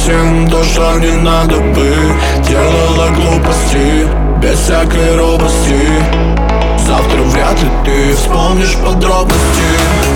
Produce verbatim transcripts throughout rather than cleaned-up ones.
всем то, что не надо бы. Делала глупости без всякой робости. Завтра вряд ли ты вспомнишь подробности.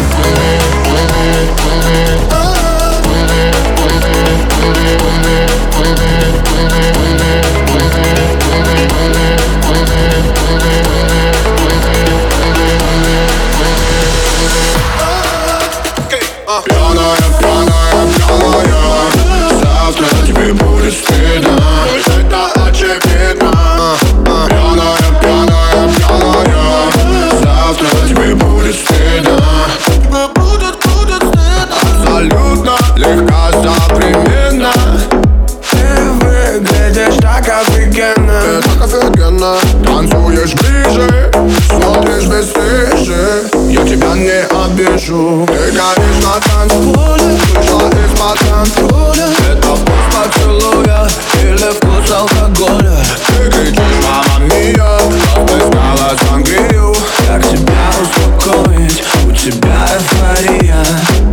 Пьяная, пьяная, пьяная, завтра тебе будет стыдно. Это очевидно. Пьяная, пьяная, пьяная, завтра тебе будет стыдно. Тебе будет, будет стыдно. Абсолютно легко, современно. Ты выглядишь так офигенно. Ты так офигенно. Танцуешь ближе, смотришь бесстыже. Я тебя не обижу. Ты горишь на танцполе, вышла из-под контроля. Это вкус поцелуя или вкус алкоголя. Ты кричишь «Мама мия», расплескала сангрию. Как тебя успокоить, у тебя эйфория.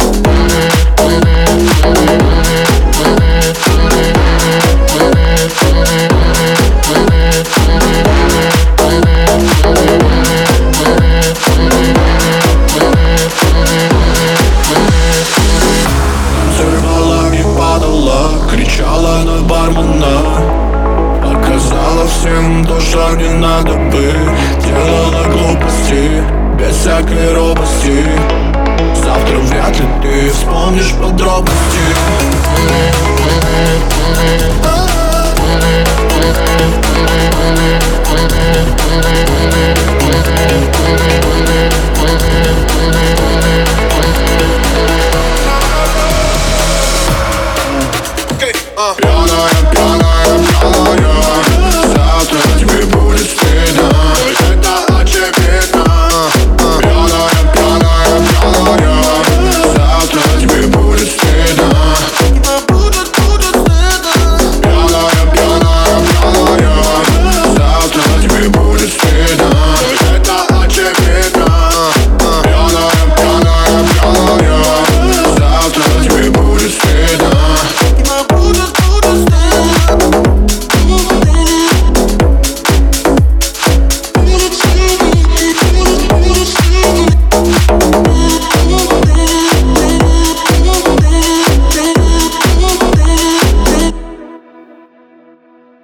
Кричала на бармена, показала всем то, что не надо бы. Делала глупости без всякой робости. Завтра вряд ли ты вспомнишь подробности. Пьяная, пьяная.